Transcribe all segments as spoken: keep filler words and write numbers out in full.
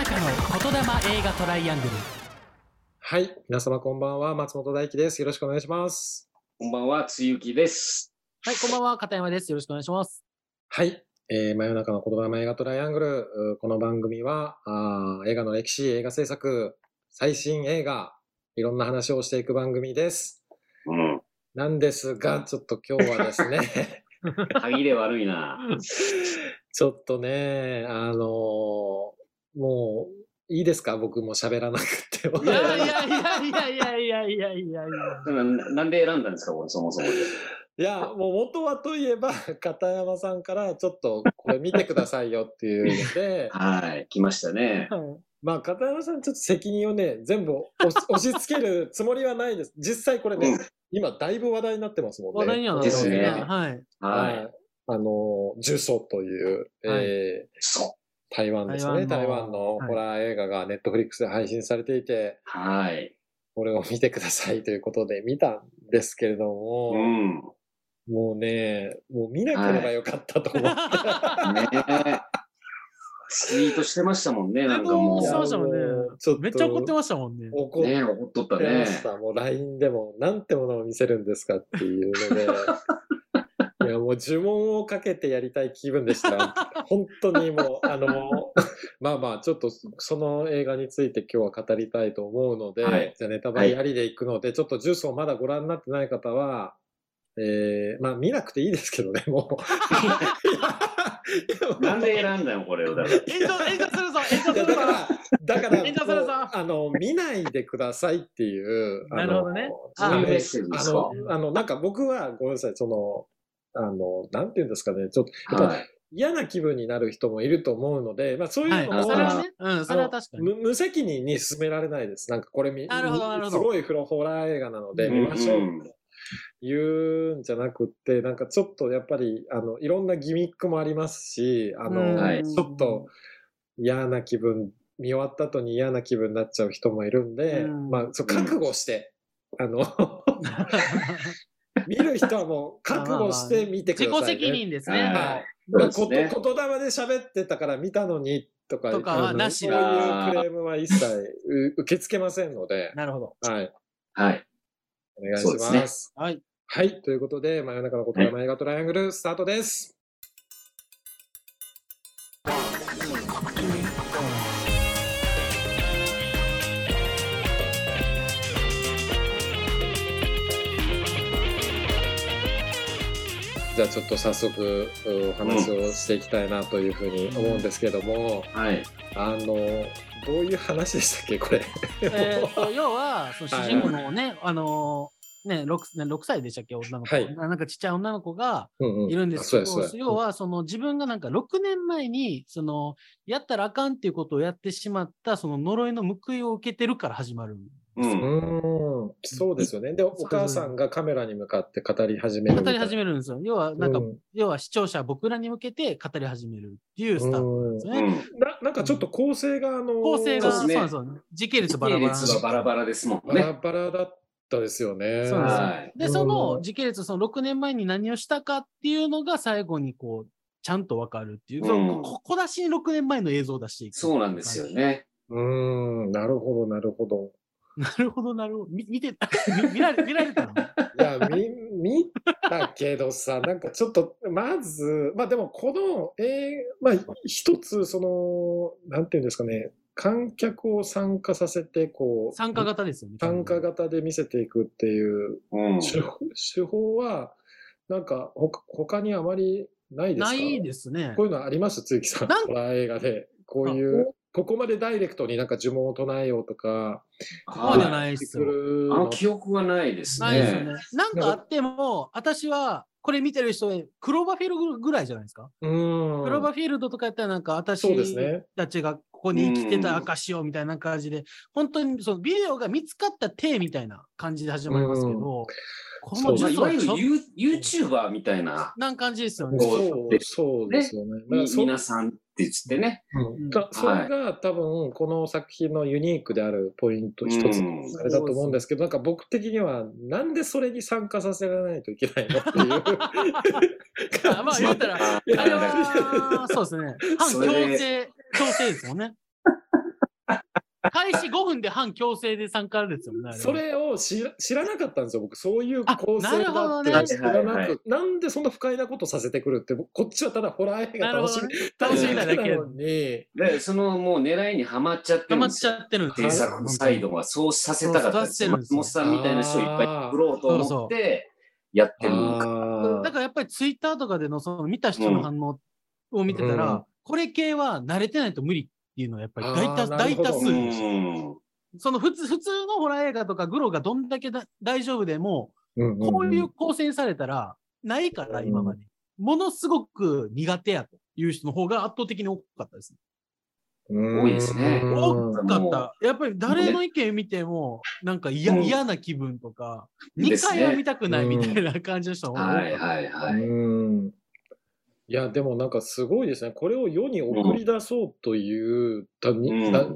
中の言霊映画トライアングル。 はい、皆様こんばんは、松本大輝です。よろしくお願いします。 こんばんは、つゆきです。 はい、こんばんは、片山です。よろしくお願いします。 はい、えー、真夜中の言霊映画トライアングル。この番組はあ映画の歴史、映画制作、最新映画、いろんな話をしていく番組です。 うん。 なんですが、ちょっと今日はですね歯切れ悪いな。 ちょっとね、あのー、もういいですか、僕も喋らなくても。 いやいやいやいやいやいやいやいやいや。 な、なんで選んだんですか、これ、そもそも。 いや、もう元はといえば、片山さんからちょっとこれ見てくださいよっていうので、 はい、来ましたね。 まあ、片山さんちょっと責任をね、全部押し押し付けるつもりはないです。実際これね、うん、今だいぶ話題になってますもんね。 話題にはなってますね。 はい。 はい。 はい。 あの、呪詛という、はい、えー、台湾ですね。台湾のホラー映画がネットフリックスで配信されていて、 はい。 これを見てくださいということで見たんですけれども、 うん、 もうね、もう見なければよかったと思って。 はいねツイートしてましたもんね、なんかもう。 してましたもんね。めっちゃ怒ってましたもんね。 怒ってね、怒っとったね。 もう ライン でも、なんてものを見せるんですかっていうので、いやもう呪文をかけてやりたい気分でした。本当にもう、あの、まあまあ、ちょっとその映画について今日は語りたいと思うので、はい、じゃあネタバレありでいくので、はい、ちょっとジュースをまだご覧になってない方は、えー、まあ見なくていいですけどね、もう。なんで選んだよ、これを。だから。 炎上、炎上するぞ、炎上するぞ。 だから、だから、 炎上するぞ。 あの、見ないでくださいっていう。 なるほどね。 そういうメッセージですか。 あの、あの、なんか僕は、ごめんなさい、その、あの、なんていうんですかね、ちょっと、やっぱ、嫌な気分になる人もいると思うので、まあそういうのも、 それはね、うん、それは確かに。 無責任に進められないです。なんかこれ見、 なるほど、なるほど。 すごいホラー映画なので見ましょう。言うんじゃなくって、なんかちょっとやっぱり、あの、いろんなギミックもありますし、あの、ちょっと嫌な気分、見終わった後に嫌な気分になっちゃう人もいるんで、まあ、そう覚悟して、あの、見る人はもう覚悟して見てくださいね。 自己責任ですね。 はい。まあ、こと言霊で喋ってたから見たのにとか、 とかはなしそういうクレームは一切受け付けませんので。 なるほど。 はい。 はい。 お願いします。 はい。 はい。ということで、真夜中の言霊映画トライアングルスタートです。じゃあちょっと早速お話をしていきたいなというふうに思うんですけども、 うん、はい。 あの、どういう話でしたっけ、これ。 えっと、要は、その主人公のね、はい、あの、ね、6, 6歳でしたっけ、女の子、はい、なんかちっちゃい女の子がいるんですけど、うんうん、要はその自分がなんかろくねんまえにそのやったらあかんっていうことをやってしまったその呪いの報いを受けてるから始まるんですよ。 うん、そうですよね。で、お母さんがカメラに向かって語り始める。 語り始めるんですよ。要はなんか、うん、要は視聴者僕らに向けて語り始めるっていうスタートなんですね。 うん、な, なんかちょっと構成があのー、 構成がそうなんですよ。時系列バラバラ。 時系列はバラバラですもんね。 バラバラだったですよね。 そうですね。で、その時系列、そのろくねんまえに何をしたかっていうのが最後にこう、ちゃんとわかるっていう、うん、ここ出しにろくねんまえの映像を出していく。 そうなんですよね。 うーん、なるほど、なるほど。 なるほど、なるほど。み見てた見、見られ、見られたの？いや、見、見たけどさ、なんかちょっと、まず、まあでもこの、えー、まあ一つ、その、なんていうんですかね、観客を参加させて、こう。 参加型ですよね。 参加型で見せていくっていう手法、うん、手法は、なんかほ、他にあまりないですか？ ないですね。 こういうのあります？つゆきさん。ホラー映画で。こういう、ここまでダイレクトになんか呪文を唱えようとか。 ここまでないですよ。 あの記憶はないですね。 ないですよね。なんかあっても、私は、これ見てる人で、クローバーフィールドぐらいじゃないですか。 うん。 クローバーフィールドとかやったらなんか、私たちがここに生きてた証をみたいな感じで、本当にそのビデオが見つかった体みたいな感じで始まりますけど、 このいわゆる YouTuber みたいな。 なん感じですよね。 そうそうですよね。 皆さんって言ってね。 それが多分この作品のユニークであるポイント一つあれだと思うんですけど、なんか僕的にはなんでそれに参加させられないといけないのっていう。 まあ言ったら、あれはそうですね。反強制、強制ですもんね。 開始ごふんで反強制で参加ですよね。 それを知ら知らなかったんですよ、僕。そういう構成だってね、 知らなく、なんでそんな不快なことさせてくるって、こっちはただホラー映画楽しみ、楽しみなだけなのに。 で、そのもう狙いにはまっちゃってるんですよ。はまっちゃってるんですよ。制作サイドはそうさせたかったんですよ。松本さんみたいな人いっぱい作ろうと思って、やってるのか。 だからやっぱりツイッターとかでのその見た人の反応を見てたら、うん、これ系は慣れてないと無理っていうのはやっぱり大多大多数でした。その普通普通のホラー映画とかグロがどんだけだ大丈夫でも、うんうんうん、こういう構成にされたらないから今まで、うん、ものすごく苦手やという人の方が圧倒的に多かったです。 多いですね。 多かった。やっぱり誰の意見見ても、なんか嫌、嫌な気分とか、にかいは見たくないみたいな感じの人が多かった。はいはいはい。 うんいや、でもなんかすごいですね。これを世に送り出そうという、うん、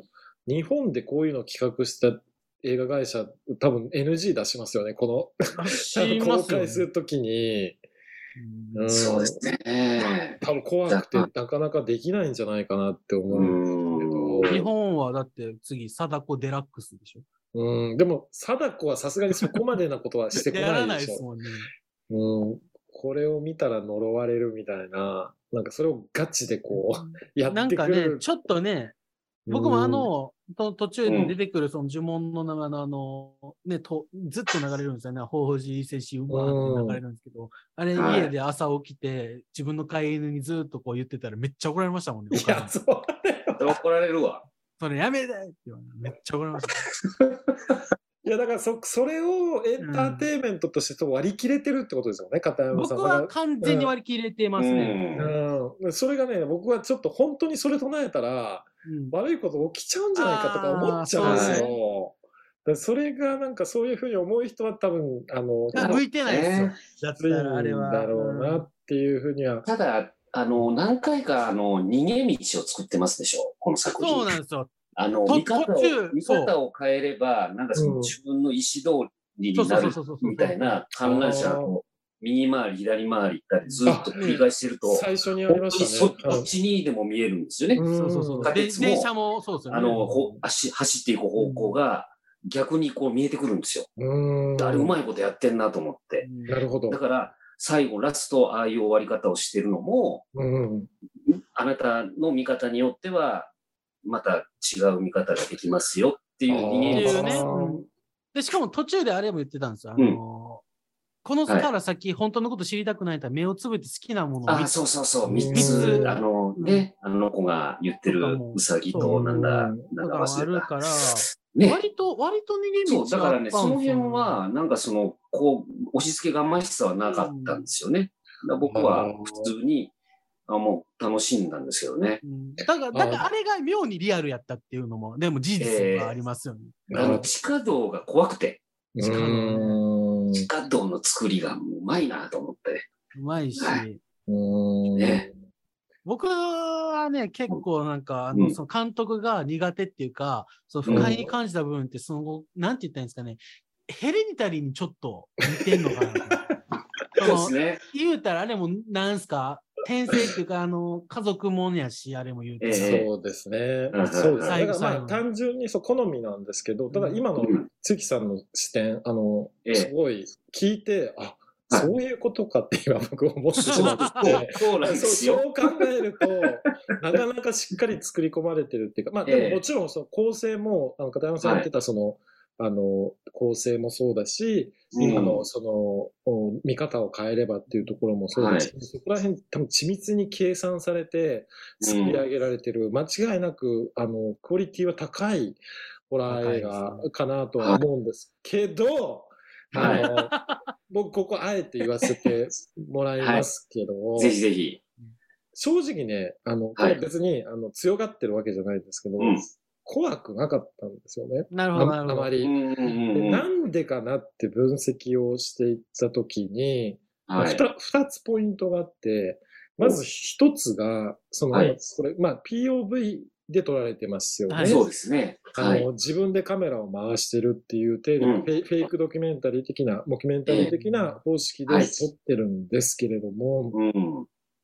日本でこういうのを企画した映画会社、多分 エヌジー 出しますよね。この、公開するときに。 うん、そうですね。 多分怖くてなかなかできないんじゃないかなって思うんですけど。日本はだって次、貞子デラックスでしょ。 うん、でも、貞子はさすがにそこまでなことはしてこないでしょ。やらないですもんね。うんこれを見たら呪われるみたいな、なんかそれをガチでこう、やってくる。 なんかね、ちょっとね、僕もあの、と途中に出てくるその呪文の名のあの、ね、とずっと流れるんですよね。ほうじ伊勢市うまって流れるんですけど、あれ家で朝起きて、自分の飼い犬にずっとこう言ってたらめっちゃ怒られましたもんね。 いや、そう怒られるわ。 それやめてって言われてめっちゃ怒られました。 いやだからそそれをエンターテインメントとして割り切れてるってことですよね、片山さん。 僕は完全に割り切れてますね。 うんうん、それがね、僕はちょっと本当にそれ唱えたら、うん、悪いこと起きちゃうんじゃないかとか思っちゃうんですよ。そ, それがなんかそういうふうに思う人は多分、あの、 向いてないですよ。だったらあれは。 だろうなっていうふうには。 ただ、あの、何回かあの逃げ道を作ってますでしょ、この作品。 そうなんですよ。 あの、見方を、見方を変えれば、なんかその自分の意思通りになるみたいな観覧車を右回り、左回り行ったりずっと繰り返してると、 最初にありましたね。 そっちにでも見えるんですよね。 そうそうそう。電車もそうですよね。 あの、走っていく方向が逆にこう見えてくるんですよ。あれうまいことやってんなと思って。 なるほど。 だから、最後、ラスト、ああいう終わり方をしてるのも、あなたの見方によっては、また違う見方ができますよっていう逃げ道ね、うん。で、しかも途中であれも言ってたんですよ。あのーうん、このから先、はい、本当のこと知りたくないと目をつぶって好きなものをあ、そうそうそう、三つ、あの、ね、あの子が言ってるうさぎとなんだ、なんだあるから、ね、割と、割と逃げ道そう、だからね、その辺は、なんかその、こう、押し付けがましさはなかったんですよね。だ僕は普通に、あもう楽しんだんですけどね。 うん、だから、だからあれが妙にリアルやったっていうのも、でも事実がありますよね。 えー、あの地下道が怖くて。地下道、ね、地下道の作りがうまいなと思って。 うまいし。 はい、ね、 僕はね、結構なんか、あの、その監督が苦手っていうか、その不快に感じた部分って、その、なんて言ったらいいんですかね、ヘレニタリーにちょっと似てんのかな。 そうですね。 言うたらあれも、なんすか、転生っていうか、あの、家族もんやし、あれも言うて、 えー。そうですね。そうですね。だからまあ、単純にそう、好みなんですけど、ただ今の月さんの視点、あの、すごい聞いて、あ、そういうことかって今僕思ってしまって、 そうなんですよ。 そう考えると、なかなかしっかり作り込まれてるっていうか、まあでももちろんその構成も、あの片山さん言ってたその、はいあの、構成もそうだし、今のその、見方を変えればっていうところもそうだし、はい、そこら辺多分緻密に計算されて作り上げられてる、うん、間違いなく、あの、クオリティは高いホラー映画かなとは思うんですけど、はい、あの、僕ここあえて言わせてもらいますけど、 はい、ぜひぜひ。 正直ね、あの、これ別に、あの強がってるわけじゃないんですけど、うん怖くなかったんですよね。 なるほど、 あまりで。なんでかなって分析をしていったときに、はい、二つポイントがあって、まず一つが、その、はい、これ、まあ、ピーオーブイ で撮られてますよね。はい、 そうですね。 あの、自分でカメラを回してるっていう程度、うん、フェイクドキュメンタリー的な、モキュメンタリー的な方式で撮ってるんですけれども、 うん、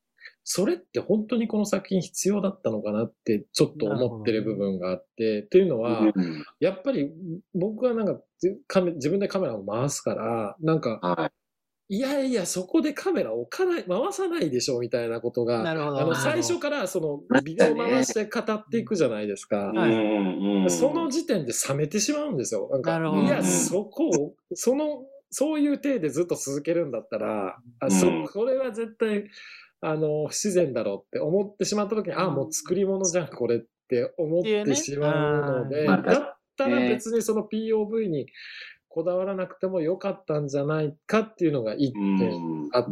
それって本当にこの作品必要だったのかなってちょっと思ってる部分があって、というのは、やっぱり僕はなんか自分でカメラを回すから、なんか、はい、いやいや、そこでカメラ置かない、回さないでしょみたいなことが、あの最初からそのビデオ回して語っていくじゃないですか。その時点で冷めてしまうんですよ。なんか、いや、そこを、その、そういう体でずっと続けるんだったら、あそこれは絶対、あの、不自然だろうって思ってしまった時に、ああ、もう作り物じゃん、これって思ってしまうので、だったら別にその ピーオーブイ にこだわらなくてもよかったんじゃないかっていうのが一点あって、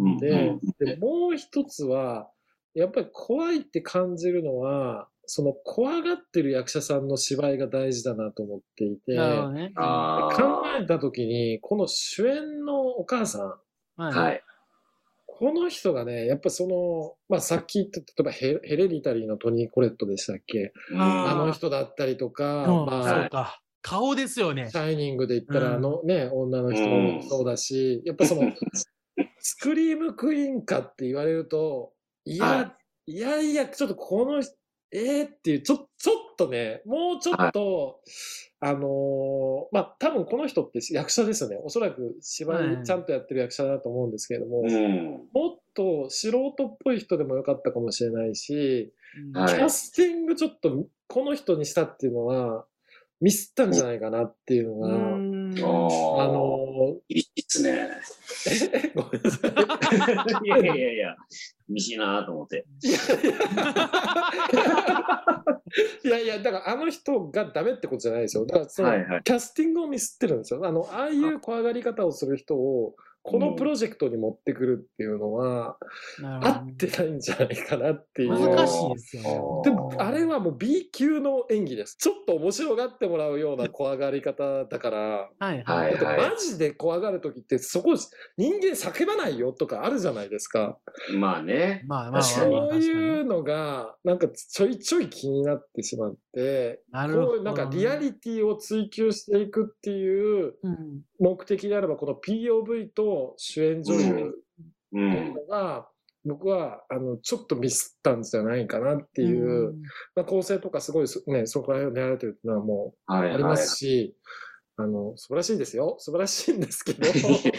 で、もう一つは、やっぱり怖いって感じるのは、その怖がってる役者さんの芝居が大事だなと思っていて、ね、考えた時に、この主演のお母さん、はい、この人がね、やっぱその、まあ、さっき言った、例えばヘヘレディタリーのトニー・コレットでしたっけ、あの人だったりとか、 うん、まあ、そうか。顔ですよね。 シャイニングで言ったら、あのね、うん、女の人もそうだし、やっぱその、スクリームクイーンかって言われると、いや、はい、いやいや、ちょっとこの人、えーっていう、ちょ、ちょっとね、もうちょっと、はい、あのー、まあ、多分この人って役者ですよね。おそらく芝居ちゃんとやってる役者だと思うんですけれども、うん、もっと素人っぽい人でもよかったかもしれないし、うん、キャスティングちょっとこの人にしたっていうのは、ミスったんじゃないかなっていうのが、あのー、いいですね。 えごめんなさい。 いやいやいやいや、ミシなと思って。 いやいや、だからあの人がダメってことじゃないですよ。だからその、はいはい、キャスティングをミスってるんですよ。あの、ああいう怖がり方をする人を、このプロジェクトに持ってくるっていうのは、うん、合ってないんじゃないかなっていう。 難しいですよね。 でも、あれはもう B 級の演技です。ちょっと面白がってもらうような怖がり方だから、はいはい、だってマジで怖がるときって、そこ、人間叫ばないよとかあるじゃないですか。 まあね。 まあまあ、 そういうのが、なんかちょいちょい気になってしまって、なるほど、こういうなんかリアリティを追求していくっていう目的であれば、この ピーオーブイ と主演女優っていうのが、僕は、あの、ちょっとミスったんじゃないかなっていう、うん、まあ、構成とかすごいね、そこら辺を狙われてるっていうのはもうありますし、はいはい、あの、素晴らしいですよ。素晴らしいんですけど、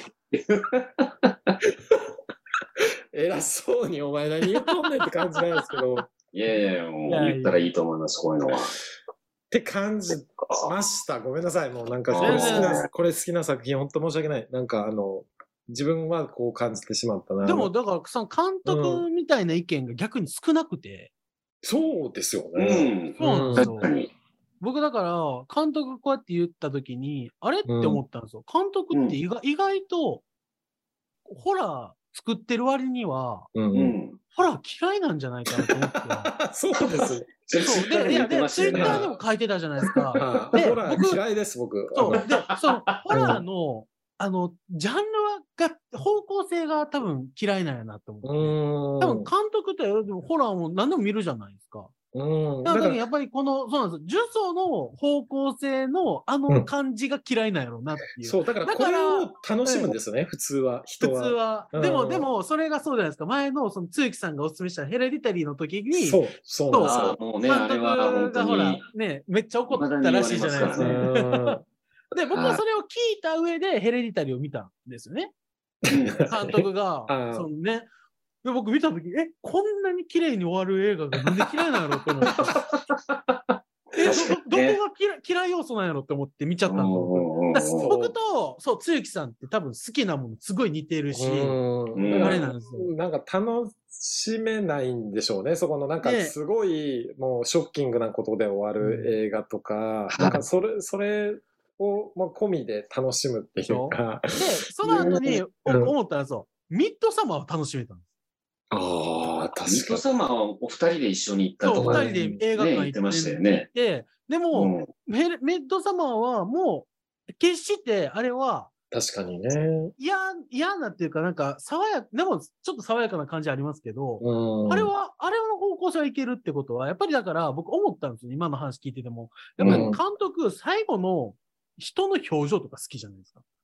偉そうにお前何言っとんねんって感じなんですけど。 いやいや、もう言ったらいいと思います、こういうのは。 って感じました。ごめんなさい。もうなんかこれ好きな、これ好きな作品、本当申し訳ない。なんかあの、自分はこう感じてしまったな。 でも、だから、その監督みたいな意見が逆に少なくて。 うん、そうですよね。 うん。そうなんですよ。僕だから、監督こうやって言ったときに、あれって思ったんですよ。うん、監督って意外、意外と、ホラー作ってる割には、うんうん、ホラー嫌いなんじゃないかなと思って。 そうですね。 そうで、いや、で、ツイッターでも書いてたじゃないですか。 で、ホラー嫌いです、僕。 そう。で、その、ホラーの、あの、ジャンルが、方向性が多分嫌いなんやなって思って。多分監督ってホラーも何でも見るじゃないですか。うん。だからやっぱりこの、そうなんですよ。呪詛の方向性のあの感じが嫌いなんやろうなっていう。 うん、そう、だからこれを楽しむんですよね、普通は。人は。 普通は。でも、でも、それがそうじゃないですか。前の、その、つゆきさんがお勧めしたヘレディタリーの時に、 そう、そうなんですよ。 もうね、あれは本当に。 ほら、ね、めっちゃ怒ったらしいじゃないですか。で、僕はそれを聞いた上でヘレディタリーを見たんですよね。監督が、そのね、で僕見たとき、え、こんなに綺麗に終わる映画がなんで嫌いなんやろって思って。え、ど、どこが嫌い、嫌い要素なんやろって思って見ちゃったんですよ。僕と、そう、つゆきさんって多分好きなものすごい似てるし、あれなんですよ。 なんか楽しめないんでしょうね。そこのなんかすごい、もうショッキングなことで終わる映画とか、なんかそれ、それ、を、まあ、込みで楽しむっていうか。 で、その後に思ったらそう、ミッドサマーを楽しめたんです。 ああ、確かに。 ミッドサマーをお二人で一緒に行ったとか、 ね。そう、二人で映画館行ってましたよね。で、でも、うん、ミッドサマーはもう、決して、あれは、 確かにね。 嫌、嫌なっていうか、なんか、爽やか、でも、ちょっと爽やかな感じありますけど、うん、あれは、あれの方向性はいけるってことは、やっぱりだから、僕思ったんですよ。今の話聞いてても。やっぱり監督、最後の人の表情とか好きじゃないですか。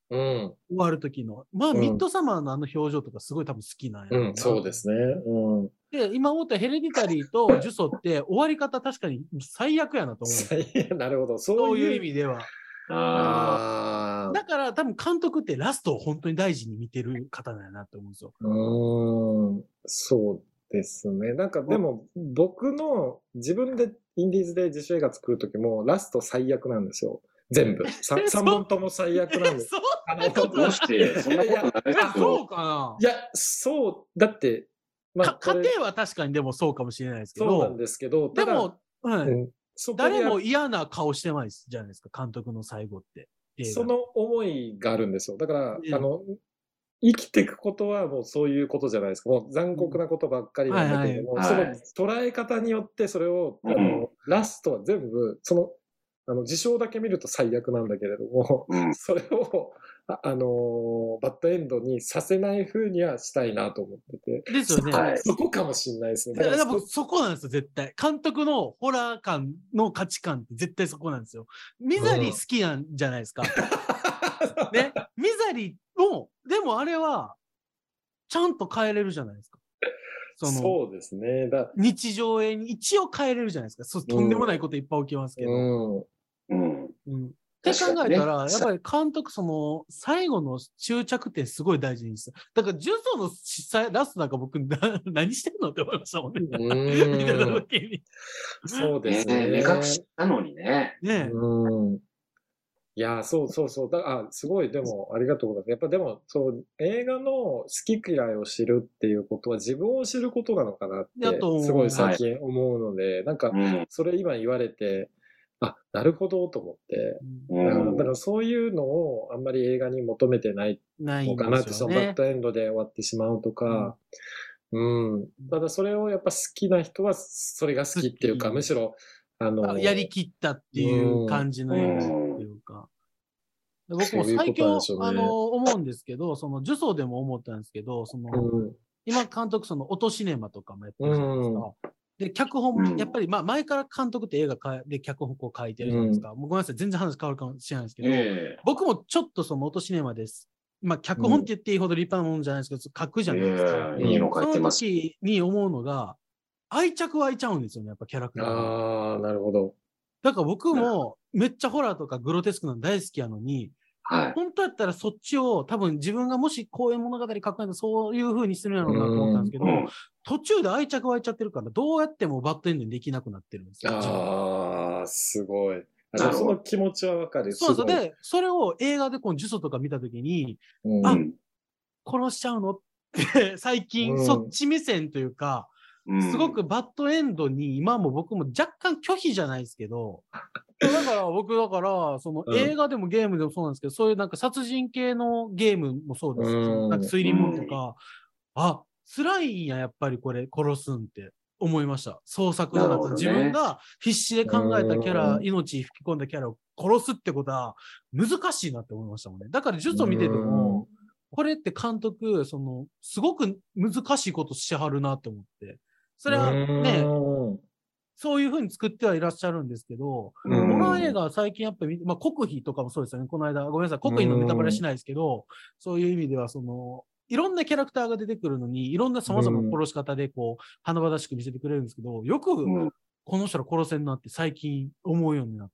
うん、終わる時の。まあ、うん、ミッドサマーのあの表情とかすごい多分好きなんやろな、うん。そうですね。うん、 で、今思ったヘレディタリーとジュソって終わり方確かに最悪やなと思う。 最悪、なるほど。 そういう意味では。 あだから多分監督ってラストを本当に大事に見てる方なんやなって思うんですよ。 うん、そうですね。なんかでも僕の自分でインディーズで自主映画作るときもラスト最悪なんですよ。全部。さんぼんとも最悪なんです。 あの、どうしてそんなことないですよ。 そうかな。 いや、そう、だって、 まあ、家庭は確かにでもそうかもしれないですけど。 そうなんですけど、 でも、はい、うん、誰も嫌な顔してないじゃないですか、監督の最後って。 その思いがあるんですよ。だから、うん、あの、生きていくことはもうそういうことじゃないですか。もう残酷なことばっかりなんだけれども、その捉え方によってそれを、あの、うん、ラストは全部、その、あの、事象だけ見ると最悪なんだけれども、うん、それを、あ、あのー、バッドエンドにさせない風にはしたいなと思ってて。 ですよね。 はい、そこかもしれないですね。 だから僕そこなんですよ、絶対。監督のホラー感の価値観って絶対そこなんですよ。ミザリー好きなんじゃないですか。うん、ね。ミザリーも、でもあれは、ちゃんと変えれるじゃないですか。 そのそうですね。だ日常へに一応変えれるじゃないですか。そう、とんでもないこといっぱい起きますけど。うん。 うんうん、って考えたら、ね、やっぱり監督、その、最後の終着点すごい大事にしてだから、ジュソのラストなんか僕、何してんのって思いましたもんね。見てた時に。 そうですね。 目隠したのにね。 ねうん。いや、そうそうそう。だあ、すごい、でも、ありがとうございます。やっぱでも、そう、映画の好き嫌いを知るっていうことは自分を知ることなのかなって、すごい最近思うので、はい、なんか、それ今言われて、あ、なるほどと思って、うん、だからそういうのをあんまり映画に求めてないのかなって、ね、そのバッドエンドで終わってしまうとか、うん、うん。ただそれをやっぱ好きな人はそれが好きっていうか、むしろ、あの、 やりきったっていう感じの映画っていうか。うん、僕も最近、ううね、あの、思うんですけど、その、呪詛でも思ったんですけど、その、うん、今監督、その、音シネマとかもやってるじゃないですか。うんで、脚本、やっぱり、まあ、前から監督って映画で脚本を書いてるじゃないですか。うん、もうごめんなさい、全然話変わるかもしれないですけど、えー、僕もちょっとその音シネマです。まあ、脚本って言っていいほど立派なものじゃないですけど、書くじゃないですか。 えー、いいの書いてます。 その時に思うのが、愛着湧いちゃうんですよね、やっぱキャラクターが。 ああ、なるほど。 だから僕も、めっちゃホラーとかグロテスクなの大好きやのに、はい、本当やったらそっちを多分自分がもしこういう物語書くんだそういう風にするんやろうなと思ったんですけど、途中で愛着湧いちゃってるからどうやってもバッドエンドにできなくなってるんですよ。 ああ、すごい。その気持ちはわかる。 そうそう。で、それを映画でこの呪詛とか見たときに、うん、あ、殺しちゃうのって最近、うん、そっち目線というか、すごくバッドエンドに今も僕も若干拒否じゃないですけど、だから僕だから、その映画でもゲームでもそうなんですけど、そういうなんか殺人系のゲームもそうですし、なんか推理物とか、あ、辛いんや、やっぱりこれ殺すんって思いました。創作の中、ね、自分が必死で考えたキャラ、命吹き込んだキャラを殺すってことは難しいなって思いましたもんね。だから術を見てても、これって監督、その、すごく難しいことしはるなって思って。それはね、そういう風に作ってはいらっしゃるんですけど、ホラー映画は最近やっぱり、まあ、国費とかもそうですよね。この間、ごめんなさい、国費のネタバレしないですけど、そういう意味では、その、いろんなキャラクターが出てくるのに、いろんな様々な殺し方で、こう、華々しく見せてくれるんですけど、よく、この人ら殺せんなって最近思うようになって、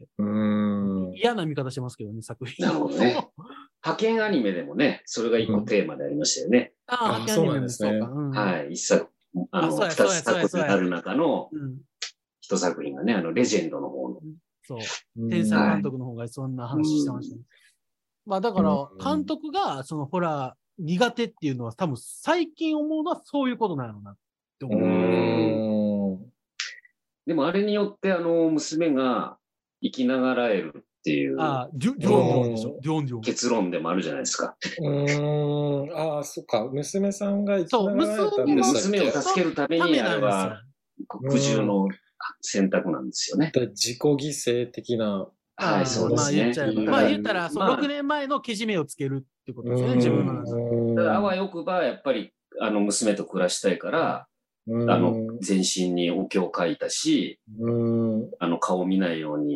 嫌な見方してますけどね、作品。 なるほどね。派遣アニメでもね、それが一個テーマでありましたよね。 ああ、派遣アニメもそうか。 はい、一作。あの、二つ作品ある中の一作品がね、あの、レジェンドの方の。 そう。天才監督の方がそんな話してましたね。まあだから、監督がそのホラー苦手っていうのは多分最近思うのはそういうことなのなって思う。 でもあれによってあの、娘が生きながらえるっていう。 ああ、デュデュオンデュオンでしょ。デュオンデュオン。 結論でもあるじゃないですか。 うーん。ああ、そっか。娘さんが生きながらえたんでしたっけ。娘を助けるためにあれは苦渋の選択なんですよね。 自己犠牲的な。 はい、そうですね。 まあ言っちゃえば。まあ言ったら、そのろくねんまえのけじめをつけるってことですね、自分の話。 だからあわよくば、やっぱり、あの、娘と暮らしたいから、あの、全身にお経を書いたし、あの、顔見ないように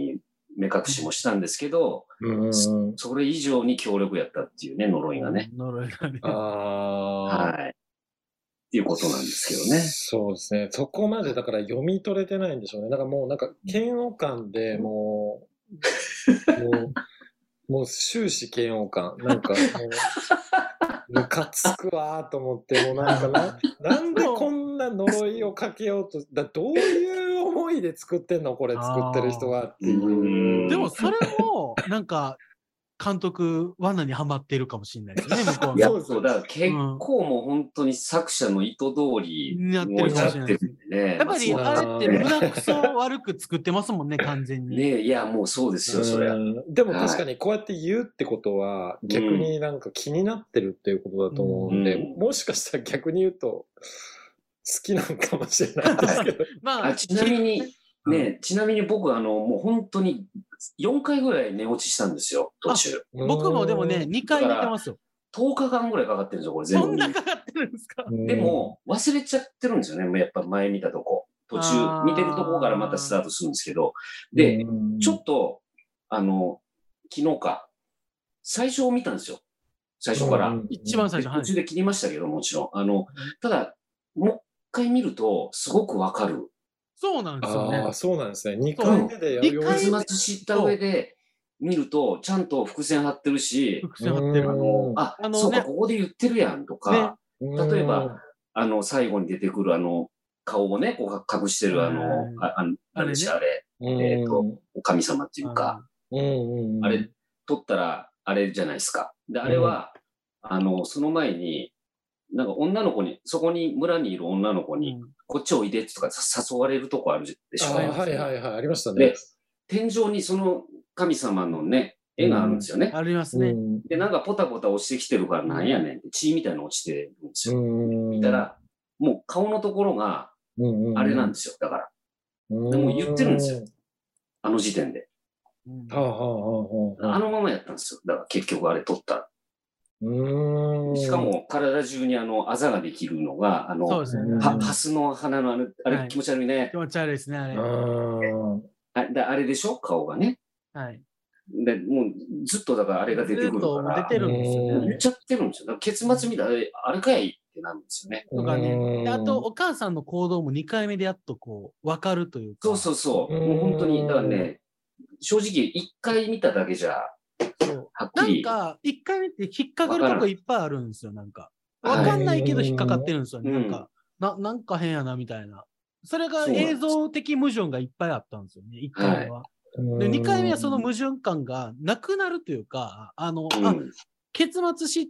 目隠しもしたんですけど、 うん、 それ以上に強力やったっていうね、呪いがね。 呪いがね。 あはい。っていうことなんですけどね。 そうですね。そこまでだから読み取れてないんでしょうね。だからもうなんか嫌悪感でもう、もう、もう終始嫌悪感。なんかもう、ムカつくわーと思って、もうなんかな、なんでこんな呪いをかけようと、だどういう思いで作ってんのこれ作ってる人はっていう。 でもそれも、なんか、監督、罠にはまっているかもしれないですね、向こういや、そう、だから結構もう本当に作者の意図通りになってるかもしれないですね。 やっぱり、あれって胸くそ悪く作ってますもんね、完全に。 ねいや、もうそうですよ、それ。 でも確かにこうやって言うってことは、逆になんか気になってるっていうことだと思うんで、もしかしたら逆に言うと、好きなのかもしれないですけど。 まあ、ちなみに、ね、ちなみに僕、あの、もう本当によんかいぐらい寝落ちしたんですよ、途中。 僕もでもね、にかい寝てますよ。 とおかかんぐらいかかってるんですよ、これ全部。 そんなかかってるんですか？ でも、忘れちゃってるんですよね、やっぱ前見たとこ。途中、見てるとこからまたスタートするんですけど。で、ちょっと、あの、昨日か、最初を見たんですよ。最初から。 一番最初、 途中で切りましたけど、もちろん。あの、ただ、もう一回見ると、すごくわかる。 そうなんですよね。 ああ、そうなんですね。にかいめで読み結末知った上で見ると、ちゃんと伏線張ってるし、 伏線張ってる。 あの、あ、あそうか、ここで言ってるやんとか、例えば、あの、最後に出てくるあの、顔をね、こう隠してるあの、あああれでしょ、あれ、えっと、お神様っていうか、あれ、撮ったら、あれじゃないですか。で、あれは、あの、その前に、なんか女の子に、そこに村にいる女の子に、こっちおいでとか誘われるとこあるでしょ。 はいはいはい、ありましたね。 で、天井にその神様のね、絵があるんですよね。 ありますね。 で、なんかポタポタ落ちてきてるからなんやねんって、血みたいなの落ちてるんですよ。見たら、もう顔のところが、あれなんですよ、だから。でも言ってるんですよ。あの時点で。あのままやったんですよ。だから結局あれ撮ったら。しかも体中にあのあざができるのが、あの、ハスの花のあれ、あれ気持ち悪いね。 気持ち悪いですね、あれ。 ああれでしょ顔がね。 はい。 で、もうずっとだからあれが出てくるから。 出てるんですよね。言っちゃってるんですよ。だから結末見たら、あれかいってなるんですよね。 とかね。あと、お母さんの行動もにかいめでやっとこう、わかるというか。 そうそうそう。もう本当に、だからね、正直いっかい見ただけじゃ、 なんか、一回見て引っかかるとこいっぱいあるんですよ、なんか。わかんないけど引っかかってるんですよね。なんか、な、なんか変やな、みたいな。それが映像的矛盾がいっぱいあったんですよね、一回目は。で、二回目はその矛盾感がなくなるというか、あの、あ、結末知って、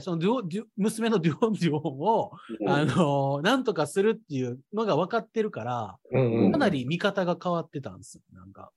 そのデュオ、デュ娘のデュオンデュオンを、あの、なんとかするっていうのが分かってるから、かなり見方が変わってたんですよ、なんか。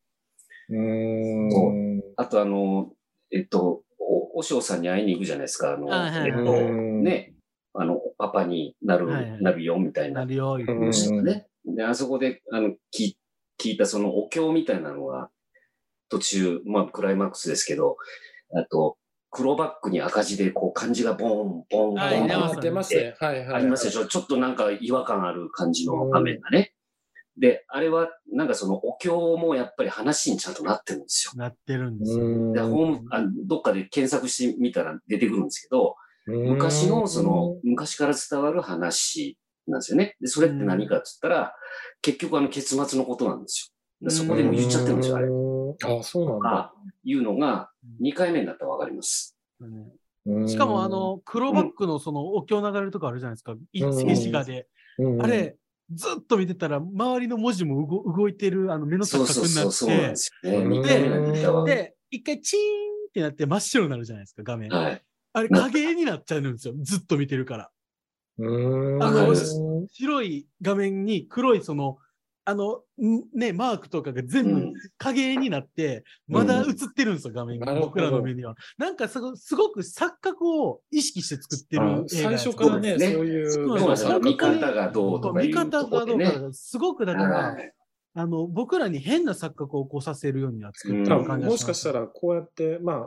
そうあとあの、えっと、お、おしょうさんに会いに行くじゃないですか。あの、えっと、ね、あの、パパになる、はいはい、なるよ、みたいな。 なるよ、 ね。で、あそこで、あの、聞、聞いたそのお経みたいなのが、途中、まあ、クライマックスですけど、あと、黒バックに赤字で、こう、漢字がボーン、ボーン、ボーン、ボーン。 出ますね。はいはい。 ありますでしょ。ちょっとなんか違和感ある感じの画面がね。で、あれは、なんかそのお経もやっぱり話にちゃんとなってるんですよ。 なってるんですよ。 で、ホーム、あどっかで検索してみたら出てくるんですけど、昔のその、昔から伝わる話なんですよね。で、それって何かって言ったら、結局あの結末のことなんですよ。そこでも言っちゃってるんですよ、あれ。 あ、そうなんだ。 いうのが、にかいめになったらわかります。 しかもあの、黒バックのそのお経流れるとかあるじゃないですか。静止画で。あれ、ずっと見てたら、周りの文字も動動いてる、あの、目の錯覚になって、そうそうそうなんですよね。にかいめなんだわ。で、一回チーンってなって真っ白になるじゃないですか、画面。はい。あれ、影になっちゃうんですよ。ずっと見てるから。あの、白い画面に黒いその、あの、ね、マークとかが全部影になって、まだ映ってるんですよ、画面が。僕らの目には。なんかすご、すごく錯覚を意識して作ってる映画。 最初からね、そういう。 そう見方がどうとかいうところで、ね。見方がどうか、 すごくだから、あの、僕らに変な錯覚を起こさせるようには作ってる感じがします。 もしかしたら、こうやって、まあ、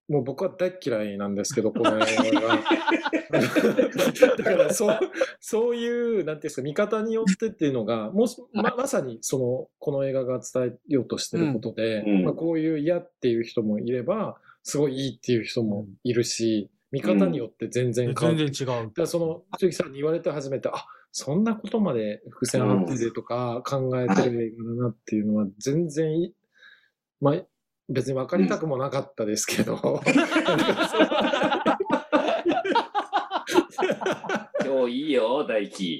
もう僕は大嫌いなんですけど、この映画が。だからそう、そういう、なんていうんですか、見方によってっていうのが、もし、ま、まさにその、この映画が伝えようとしてることで、うん、まあ、こういう嫌っていう人もいれば、すごいいいっていう人もいるし、見方によって全然変わる。 うん、全然違う。 だからその、鈴木さんに言われて初めて、あ、そんなことまで伏線を張ってるとか考えてる映画だなっていうのは全然いい、まあ、別に分かりたくもなかったですけど。 今日いいよ、大輝。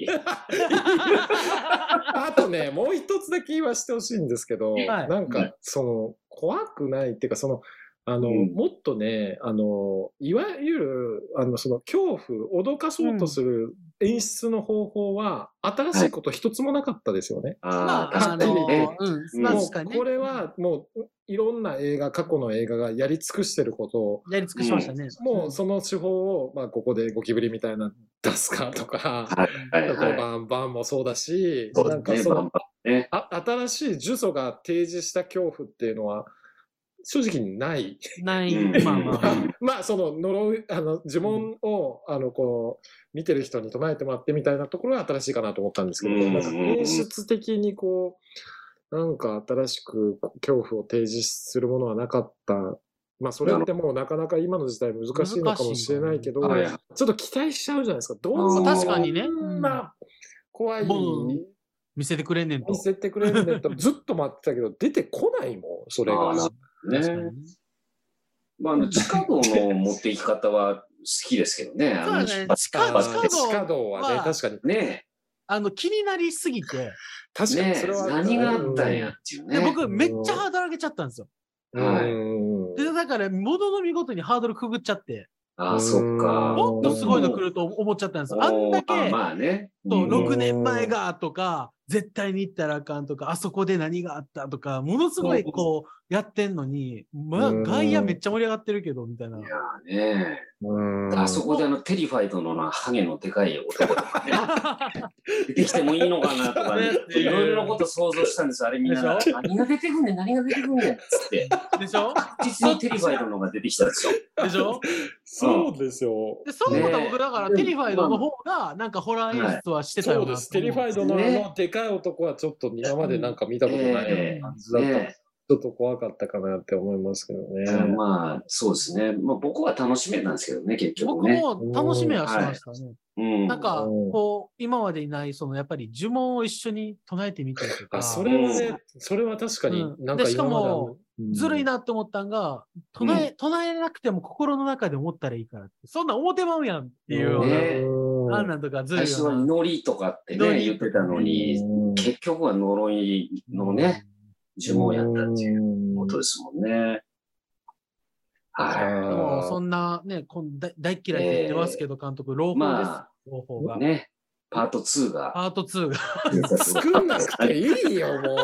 あとね、もう一つだけ言わせてほしいんですけど、はい、なんか、その、怖くないっていうか、その、あの、うん、もっとね、あの、いわゆる、あの、その、恐怖、脅かそうとする演出の方法は、新しいこと一つもなかったですよね。 はい、ああ、確かにね。 うん、もう、これは、もう、いろんな映画、過去の映画がやり尽くしてることを、 やり尽くしましたね。 うん、もう、その手法を、まあ、ここでゴキブリみたいな出すかとか、はいはいはい、バンバンもそうだし、 そうなんかその、 ね、 あ、新しい呪詛が提示した恐怖っていうのは、正直ない。 ない。まあまあ。 まあ、その呪い、あの、呪文を、うん、あの、こう、見てる人に唱えてもらってみたいなところは新しいかなと思ったんですけど、うん、なんか演出的にこう、なんか新しく恐怖を提示するものはなかった。まあ、それってもうなかなか今の時代難しいのかもしれないけど、ちょっと期待しちゃうじゃないですか。どんな、 確かにね。 な怖い。 見せてくれんねんと。 見せてくれんねんと。ずっと待ってたけど、出てこないもん、それが。 ね。まあ、あの、地下道の持っていき方は好きですけどね。 そうだね。地下道。 地下道はね、確かに。 ね。 あの、気になりすぎて。 確かにそれは。 何があったんやっていうね。 僕、めっちゃハードル上げちゃったんですよ。 はい。 で、だから、ものの見事にハードルくぐっちゃって。 ああ、そっか。 もっとすごいの来ると思っちゃったんですよ。あんだけ、 まあね。 ろくねんまえがとか、絶対に行ったらあかんとか、あそこで何があったとか、ものすごいこう、やってんのに、まあ、外野めっちゃ盛り上がってるけど、みたいな。 いやねあそこであの、テリファイドのな、ハゲのでかい男とかね、出てきてもいいのかなとかね、いろいろなこと想像したんですあれみんな。何が出てくんねん、何が出てくんねん、つって。 でしょ実にテリファイドのが出てきたでしょ。 でしょそうですよ。 でそう思った僕、だから、テリファイドの方が、なんかホラー演出はしてたよな。 そうです。テリファイドのあの、でかい男はちょっと今までなんか見たことない感じだった。ちょっと怖かったかなって思いますけどね。 まあ、そうですね。まあ、僕は楽しめたんですけどね、結局ね。 僕も楽しめはしましたね。うん、なんか、こう、今までにない、その、やっぱり呪文を一緒に唱えてみたりとか。 あ、それはね、それは確かに、なんか今まで、うん、で、しかも、 ずるいなって思ったんが、唱え、唱えなくても心の中で思ったらいいからって。そんな思ってまうやんっていうような。あんなんとかずるいよな。 最初は祈りとかってね、言ってたのに、結局は呪いのね、呪文やったっていうことですもんね。 はい。でも、そんなね、大嫌いって言ってますけど、監督、朗報です。朗報が。 ね。パートツーが。 パートツーが。 作んなくていいよ、もう。もう、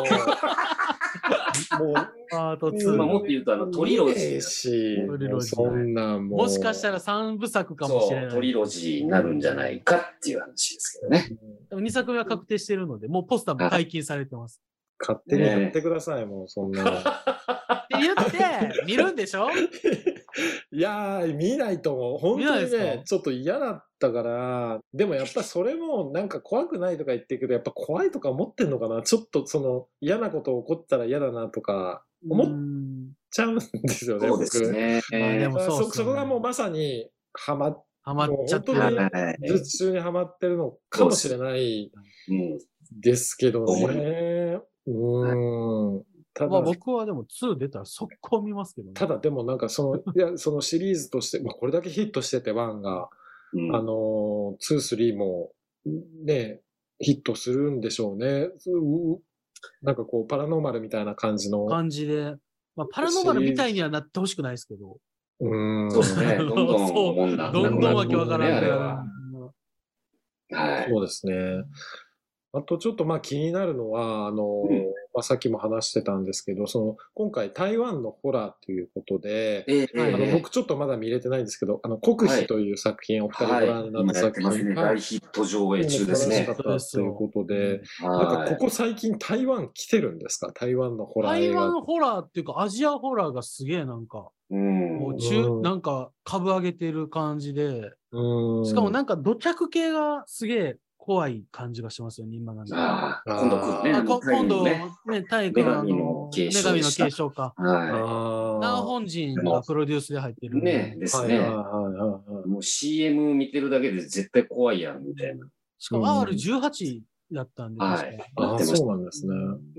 パートツー。 まあ、もっと言うと、あの、トリロジー。 し、そんなもう。 もしかしたら三部作かもしれない。 そう、トリロジーになるんじゃないかっていう話ですけどね。 でもにさくめは確定してるので、もうポスターも解禁されてます。 勝手にやってください、もう、そんなの。 って言って、見るんでしょいやー、見ないと思う。本当にね、ちょっと嫌だったから、でもやっぱそれもなんか怖くないとか言ってるけど、やっぱ怖いとか思ってんのかな。ちょっとその嫌なこと起こったら嫌だなとか思っちゃうんですよね、 そうですね。 でもそうそこがもうまさにハマっハマっちゃってる。 本当に術中にハマってるのかもしれないですけどね。うん。ただ、 まあ僕はでもツー出たら速攻見ますけどね。 ただでもなんかその、いや、そのシリーズとして、まあこれだけヒットしててワンが、うん、あの、ツー、スリーもね、ヒットするんでしょうね。なんかこう、パラノーマルみたいな感じの。 感じで。まあパラノーマルみたいにはなってほしくないですけど。 うん。 そうですね。どんどん、 そう、どんどんわけわからん、 ね、あれは。 はい。そうですね。あとちょっとまあ気になるのは、あの、うんまあ、さっきも話してたんですけど、その、今回台湾のホラーということで、えー、あの僕ちょっとまだ見れてないんですけど、あの、国費という作品、はい、お二人ご覧になった作品、 はいね、大ヒット上映中ですね。 素晴らしかったということで、なんかここ最近台湾来てるんですか？台湾のホラー映画。 台湾ホラーっていうかアジアホラーがすげえなんか。 うん、もう中、なんか株上げてる感じで、うん、しかもなんか土着系がすげえ怖い感じがしますよね、今なんか。 ああ、今度来るね。 今度、ね、体育のあの、女神の継承か。はい。な本人がプロデュースで入ってるね。ですね。もう シーエム 見てるだけで絶対怖いやん、みたいな。 しかも アールじゅうはち だったんで、 はい。ああ、そうなんですね。うん。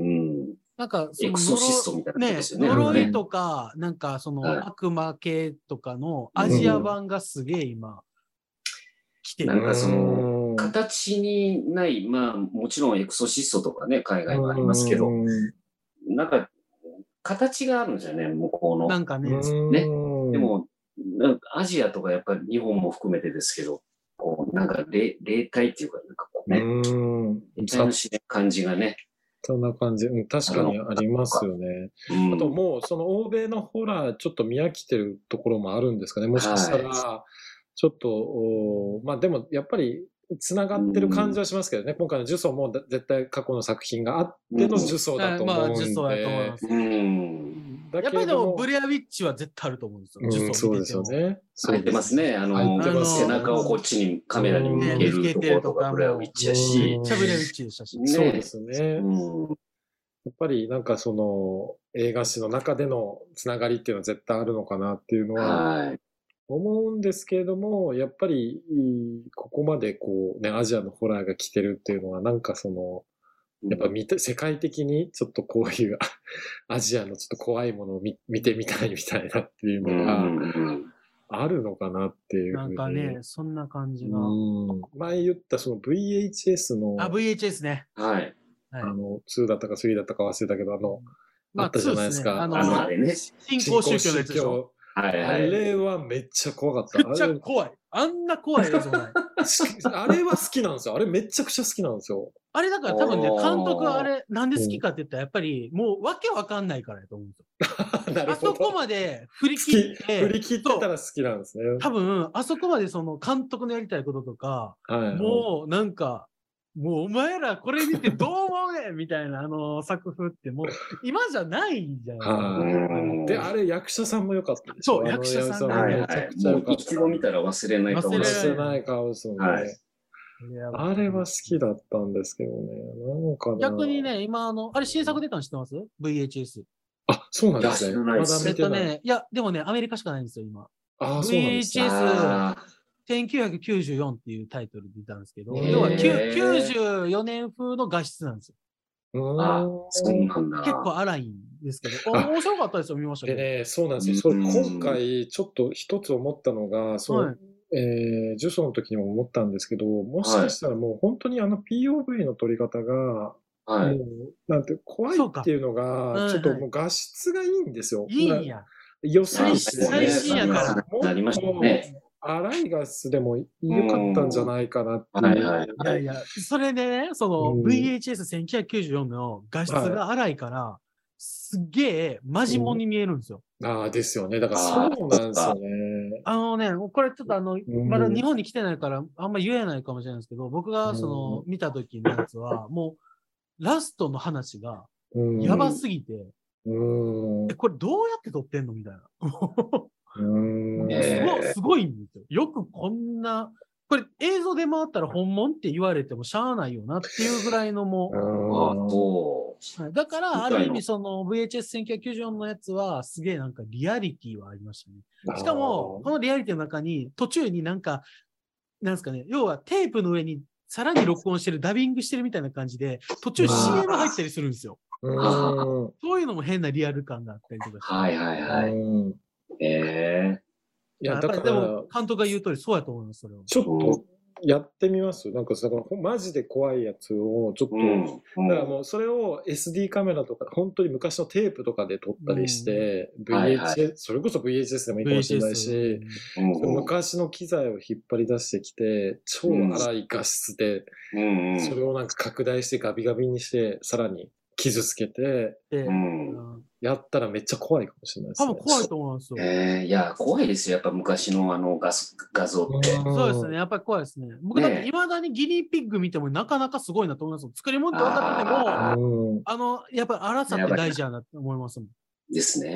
なんか、 エクソシストみたいなね、呪いとか、なんかその悪魔系とかのアジア版がすげえ今、来てる。 なんかその、形にない、まあもちろんエクソシストとかね、海外もありますけど、なんか、形があるんですよね、向こうの。 なんかね。ね。 でも、アジアとかやっぱり日本も含めてですけど、こう、なんか霊、霊体っていうか、なんかこうね、霊体の感じがね。 そんな感じ、うん、確かにありますよね。うん、あともう、その欧米のホラーちょっと見飽きてるところもあるんですかね。もしかしたら、ちょっと、おまあでもやっぱり繋がってる感じはしますけどね。うん、今回の呪詛も絶対過去の作品があっての呪詛だと思うんで。うん、まあ呪詛だと思います。 うんやっぱりでも、ブレアウィッチは絶対あると思うんですよ。 うん、そうですよね。 入ってますね。あの、背中をこっちにカメラに向けるところとか、ブレアウィッチやし。 シャブレアウィッチでしたし。 そうですね。やっぱりなんかその、映画史の中でのつながりっていうのは絶対あるのかなっていうのは、思うんですけれども、やっぱり、ここまでこうね、アジアのホラーが来てるっていうのは、なんかその、やっぱ見て、世界的にちょっとこういうアジアのちょっと怖いものを 見, 見てみたいみたいなっていうのがあるのかなっていうふうに。 なんかね、そんな感じが。 前言ったその ブイエイチエス の。 あ、ブイエイチエス ね。 はい。 あの、ツーだったかスリーだったか忘れたけど、あの、まあ、あったじゃないですか。 あの、あれね。新興宗教のやつでしょ。 はいはい、あれはめっちゃ怖かった。 めっちゃ怖い。あんな怖い映像ない。 あれは好きなんですよ。あれめちゃくちゃ好きなんですよ。 あれだから多分ね、監督はあれ、なんで好きかって言ったら、やっぱりもうわけわかんないからやと思うんですよ。なるほど。あそこまで振り切って。 振り切ってたら好きなんですね。 多分、あそこまでその監督のやりたいこととか、はいはい、もうなんか、もうお前らこれ見てどう思うねんみたいなあの作風ってもう今じゃないじゃないですか。で、あれ役者さんも良かったでしょ。そう、役者さんがめちゃくちゃ良かった。一度見たら忘れない顔忘れない顔ですよね。はい、あれは好きだったんですけどね。なんか逆にね、今あの、あれ新作出たの知ってます ?ブイエイチエス。 あ、そうなんですね。 まだ見てない。えっとね、いや、でもね、アメリカしかないんですよ、今。 あ、そうなんですね。 ブイエイチエスせんきゅうひゃくきゅうじゅうよんっていうタイトルで出たんですけど、要はきゅうじゅうよねん風の画質なんですよ。あ、そうなんだ。 結構荒いんですけど、面白かったですよ、見ましたけど。 でね、そうなんですよ。それ今回ちょっと一つ思ったのが、その、はい、えー、ジュソの時にも思ったんですけど、もしかしたらもう本当にあの ピーオーブイ の撮り方が、はい、もう、なんて、怖いっていうのが、ちょっともう画質がいいんですよ。 いいんや。 良すぎて。 最新やから。 なりましたね。 荒い画質でも良かったんじゃないかなっていう。 はいはい、いやいや、それでね、その ブイエイチエスせんきゅうひゃくきゅうじゅうよん の画質が荒いから、はい、すっげえマジモンに見えるんですよ。 うん、ああ、ですよね。だからそうなんですよね。 あのね、これちょっとあの、まだ日本に来てないからあんま言えないかもしれないですけど、僕がその見た時のやつは、もうラストの話がやばすぎて、うん、え、これどうやって撮ってんのみたいな。うんすごすごいんですよ。よくこんな、これ映像で回ったら本物って言われてもしゃあないよなっていうぐらいのもう。はい、だから、ある意味その ブイエイチエスせんきゅうひゃくきゅうじゅうよん のやつはすげえなんかリアリティはありましたね。しかも、このリアリティの中に途中になんか、なんですかね、要はテープの上にさらに録音してる、ダビングしてるみたいな感じで、途中 シーエム 入ったりするんですよ。そういうのも変なリアル感があったりとかして。 はいはいはい。ええー。いや、だから、でも、監督が言う通り、そうやと思います、それは。 ちょっと、やってみますなんか、だから、マジで怖いやつを、ちょっと、うん、だからもう、それを エスディー カメラとか、本当に昔のテープとかで撮ったりして、うん、ブイエイチエス、はいはい、それこそ ブイエイチエス でもいいかもしれないし、うん、昔の機材を引っ張り出してきて、超荒い画質で、うん、それをなんか拡大してガビガビにして、さらに傷つけて、うんやったらめっちゃ怖いかもしれないですね。 多分怖いと思うんですよ。 えー、いや、怖いですよ。やっぱ昔のあの画画像って。 そうですね。やっぱり怖いですね。僕だって未だにギニーピッグ見てもなかなかすごいなと思います。作り物って分かってても、あ, あの、やっぱり荒さって大事やなって思いますもん。 ですね。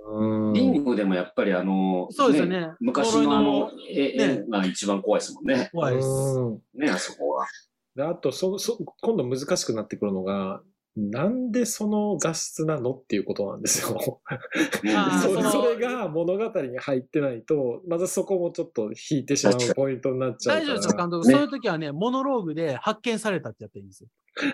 リングでもやっぱりあの、 そうですよね。 昔のあの絵が一番怖いですもんね。 怖いです。 ね、あそこは。 であとそそ、今度難しくなってくるのが、なんでその画質なのっていうことなんですよ。そ, それが物語に入ってないと、まずそこもちょっと引いてしまうポイントになっちゃうから。 大丈夫ですよ、監督。ね、そういう時はね、モノローグで発見されたってやっていいんですよ。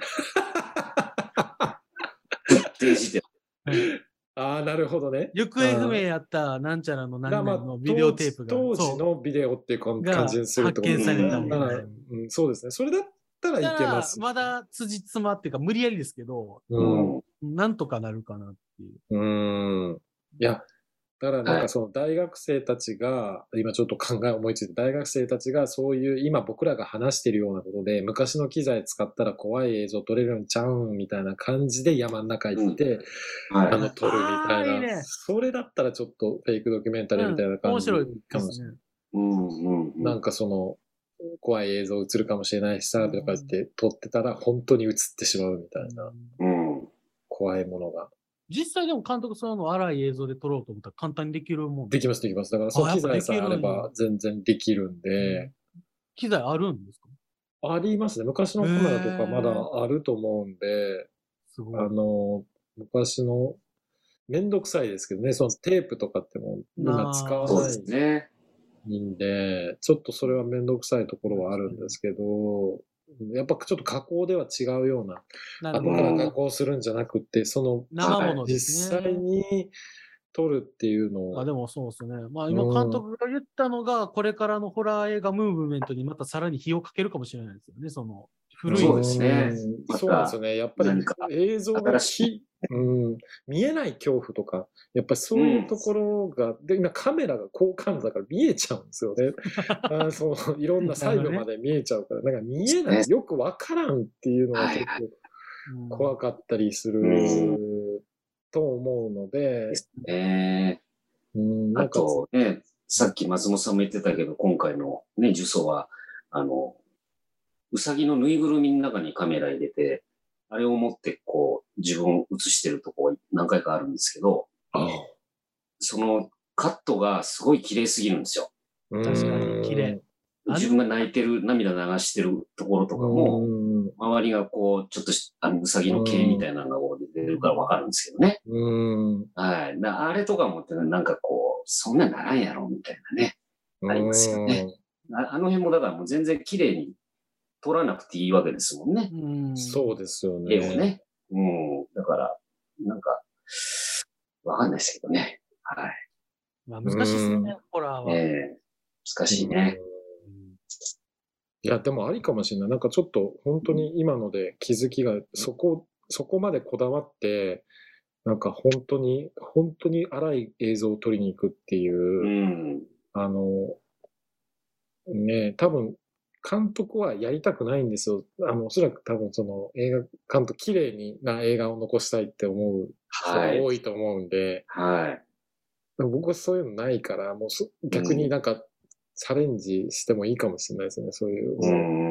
定時で。 ああ、なるほどね。 行方不明やったなんちゃらの何々のビデオテープが。 当時のビデオっていう感じにするってことですね。発見されたみたいな、 うん。そうですね。それだったらいけます。 まだ辻褄っていうか無理やりですけど、 うん、 なんとかなるかなっていう。 うん。いや、だからなんかその大学生たちが、はい、今ちょっと考え思いついて、大学生たちがそういう今僕らが話してるようなことで、昔の機材使ったら怖い映像撮れるんちゃうんみたいな感じで山の中行って、うんはい、あの撮るみたいな。いいね、それだったらちょっとフェイクドキュメンタリーみたいな感じ、うん、面白いかもしれない。うんうんうん、なんかその、怖い映像映るかもしれないしさ、とか言って撮ってたら本当に映ってしまうみたいな、うん、怖いものが。 実際でも監督その荒い映像で撮ろうと思ったら簡単にできるもんできます、できます。だからその機材さえあれば全然できるんで。うん、 機材あるんですか？ ありますね。昔のカメラとかまだあると思うんで、すごいあの、昔の、めんどくさいですけどね、そのテープとかっても今使わないんで、んでちょっとそれはめんどくさいところはあるんですけど、やっぱちょっと加工では違うような、後から加工するんじゃなくて、その、 生ものですね、 実際に撮るっていうのを。 あ、でもそうですね。まあ今監督が言ったのが、これからのホラー映画ムーブメントにまたさらに火をかけるかもしれないですよね、その。 古いそうですね。 そうなんですよね。やっぱり映像がし、うん、見えない恐怖とか、やっぱりそういうところが、うん、で、今カメラが高感度だから見えちゃうんですよね。あそういろんな細部まで見えちゃうから、なんか見えない、よくわからんっていうのが結構怖かったりすると思うので。 ですね。うん、あとね、さっき松本さんも言ってたけど、今回のね、呪詛は、あの、うさぎのぬいぐるみの中にカメラ入れて、あれを持ってこう自分を映してるとこ何回かあるんですけど、そのカットがすごい綺麗すぎるんですよ。 確かに綺麗。 自分が泣いてる、涙流してるところとかも、周りがこう、ちょっとあのうさぎの毛みたいなのが出てるからわかるんですけどね。はい。あれとかもってなんかこう、そんなならんやろみたいなね、ありますよね。あの辺もだからもう全然綺麗に撮らなくていいわけですもんね。 うんそうですよね。 絵をね。うん。だから、なんか、わかんないですけどね。はい。 まあ難しいですね、ホラーは。 ええー、難しいね。 いや、でもありかもしれない。なんかちょっと本当に今ので気づきが、そこ、そこまでこだわって、なんか本当に、本当に荒い映像を撮りに行くっていう、うん、あの、ね、多分、監督はやりたくないんですよ。あの、おそらく多分その映画監督、綺麗にな映画を残したいって思う人が多いと思うんで、はい。僕はそういうのないから、もう逆になんかチャレンジしてもいいかもしれないですね。そういう、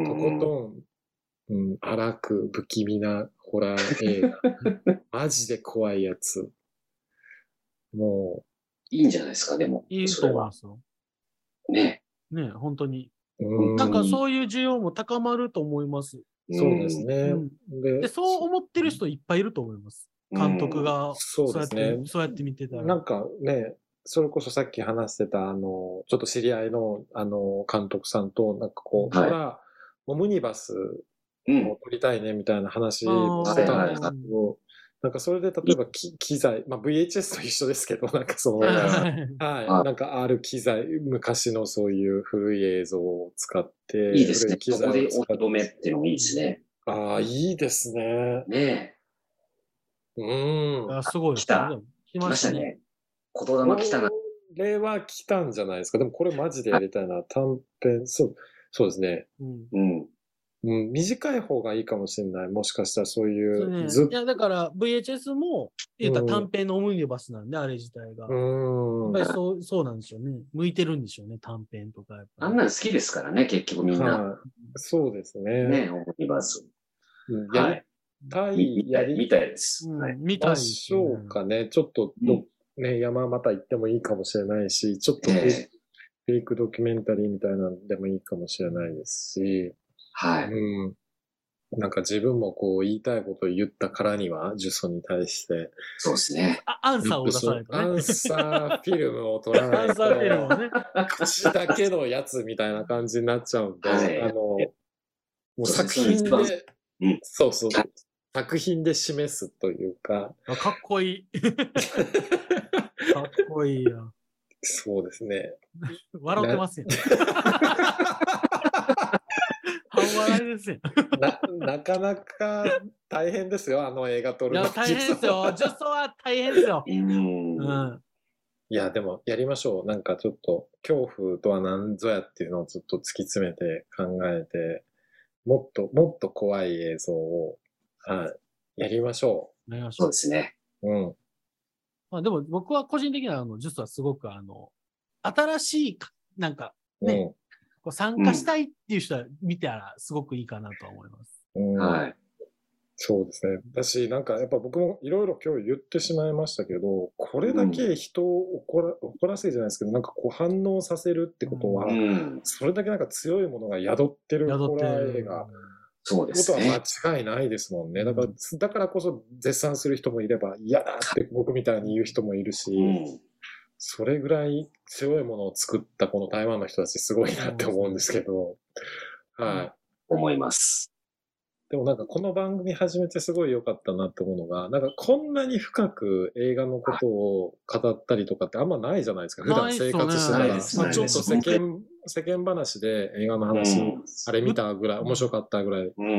とことん、うん、荒く不気味なホラー映画。マジで怖いやつ。もう。いいんじゃないですか、でも。 いいと思いますよ。 ね。 ね、本当に。なんかそういう需要も高まると思います。 そうですね、 うん、で。そう思ってる人いっぱいいると思います。監督がそうやって、ね、そうやって見てたら。 なんかね、それこそさっき話してた、あの、ちょっと知り合いの、あの、監督さんと、なんかこう、はい、ホラー、オムニバスを撮りたいね、みたいな話をしてたんですけど、なんかそれで例えば機材、まあ ブイエイチエス と一緒ですけど、なんかその、はい、なんかある機材、昔のそういう古い映像を使って、 いいですね。そこでお止めっていうのもいいですね。 ああ、いいですね。 ねえ。うん。 あ、すごい。 来た。来ましたね。言霊来たな。 これは来たんじゃないですか。でもこれマジでやりたいな。短編、そう、そうですね。うん。うんうん、短い方がいいかもしれない。もしかしたらそういう。 ずね、いや、だから ブイエイチエス も言ったら短編のオムニバスなんで、うん、あれ自体が。うん。やっぱりそう、そうなんでしょうね。向いてるんでしょうね、短編とかやっぱり。 あんなの好きですからね、結局みんな。はい、そうですね。 ね、オムニバス。 うん、やりたい、 やり、みたいです。 はい。見たいでしょうかね。ちょっとど、 ね、山また行ってもいいかもしれないし、ちょっとフェイク、えー、フェイクドキュメンタリーみたいなのでもいいかもしれないですし、 はい。 うん。なんか自分もこう言いたいことを言ったからには、ジュソに対して。 そうですね。 あアンサーを出さないとね。 アンサーフィルムを撮らないと。 アンサーフィルムをね。 口だけのやつみたいな感じになっちゃうんで、はい、あの、もう作品で、うん、そうそう、作品で示すというか。 かっこいい。かっこいいよ。 そうですね。 笑ってますよ。半笑いですよ。 な、なかなか大変ですよ、あの映画撮るの。 いや、大変ですよ。ジュソは大変ですよ。 うん。いや、でもやりましょう。なんかちょっと、恐怖とは何ぞやっていうのをずっと突き詰めて考えて、もっと、もっと怖い映像を、はい、やりましょう。 やりましょう。 そうですね。 うん。 まあでも僕は個人的にはあの、ジュソはすごくあの、新しい、なんかね、うん、こう参加したいっていう人は見たらすごくいいかなと思います。 うん、はい。そうですね。だし、なんかやっぱ僕もいろいろ今日言ってしまいましたけど、これだけ人を怒ら、怒らせるじゃないですけど、なんかこう反応させるってことは、うん、それだけなんか強いものが宿ってるホラー映画。 そうですね。 ことは間違いないですもんね。だから、だからこそ絶賛する人もいれば、嫌だって僕みたいに言う人もいるし、うん、それぐらい強いものを作ったこの台湾の人たちすごいなって思うんですけど、はい。 思います。 でもなんかこの番組始めてすごい良かったなって思うのが、なんかこんなに深く映画のことを語ったりとかってあんまないじゃないですか。普段生活してたら。まあちょっと世間、世間話で映画の話、うん、あれ見たぐらい、面白かったぐらい。うん、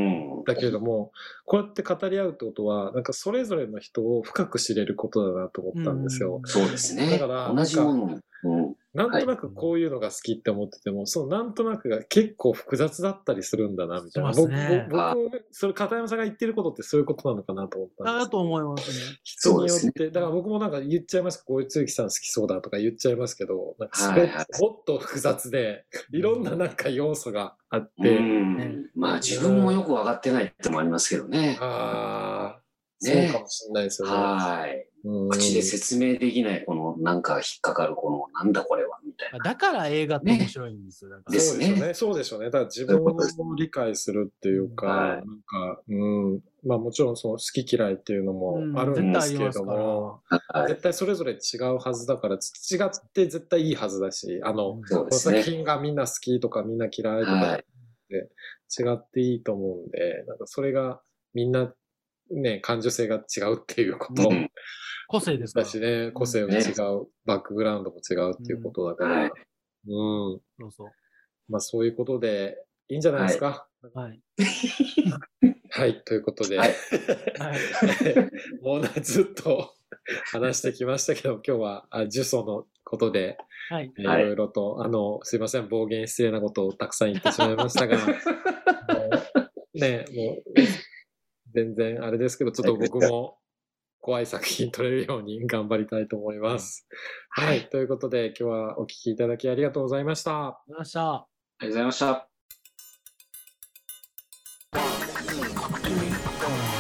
だけれども、こうやって語り合うってことは、なんかそれぞれの人を深く知れることだなと思ったんですよ。 うん、そうですね。 だから、 同じもの。うんなんとなくこういうのが好きって思ってても、はい、そのなんとなくが結構複雑だったりするんだな、みたいな。僕、ね、僕、それ片山さんが言ってることってそういうことなのかなと思ったんです。 だと思いますね。 人によって、ね、だから僕もなんか言っちゃいます。こういうつゆきさん好きそうだとか言っちゃいますけど、なんかすごくもっと複雑で、いろんななんか要素があって。 うんまあ自分もよく分かってないってもありますけどね。 ああ、ね、そうかもしれないですよね。 はい。口で説明できない、この、なんか引っかかる、この、なんだこれは、みたいな。 だから映画って面白いんですよ。ね、 そうでしょうね。そうでしょうね。だから自分を理解するっていうか、はい、なんか、うん。まあもちろんその好き嫌いっていうのもあるんですけれども、うん、絶対それぞれ違うはずだから、違って絶対いいはずだし、あの、この作品がみんな好きとかみんな嫌いとかって違っていいと思うんで、なんかそれがみんなね、感受性が違うっていうこと。うん個性ですから。 だしね、個性も違う、ね、バックグラウンドも違うっていうことだから。うん。うん、 そうそう。 まあそういうことでいいんじゃないですか。 はい。 はい、ということで。はい。もうずっと話してきましたけど、今日はあ呪詛のことで、はい。いろいろと、あの、すいません、暴言失礼なことをたくさん言ってしまいましたが、ね、もう、全然あれですけど、ちょっと僕も、怖い作品撮れるように頑張りたいと思います。はい、はい。ということで、今日はお聞きいただきありがとうございました。 ありがとうございました。 ありがとうございました。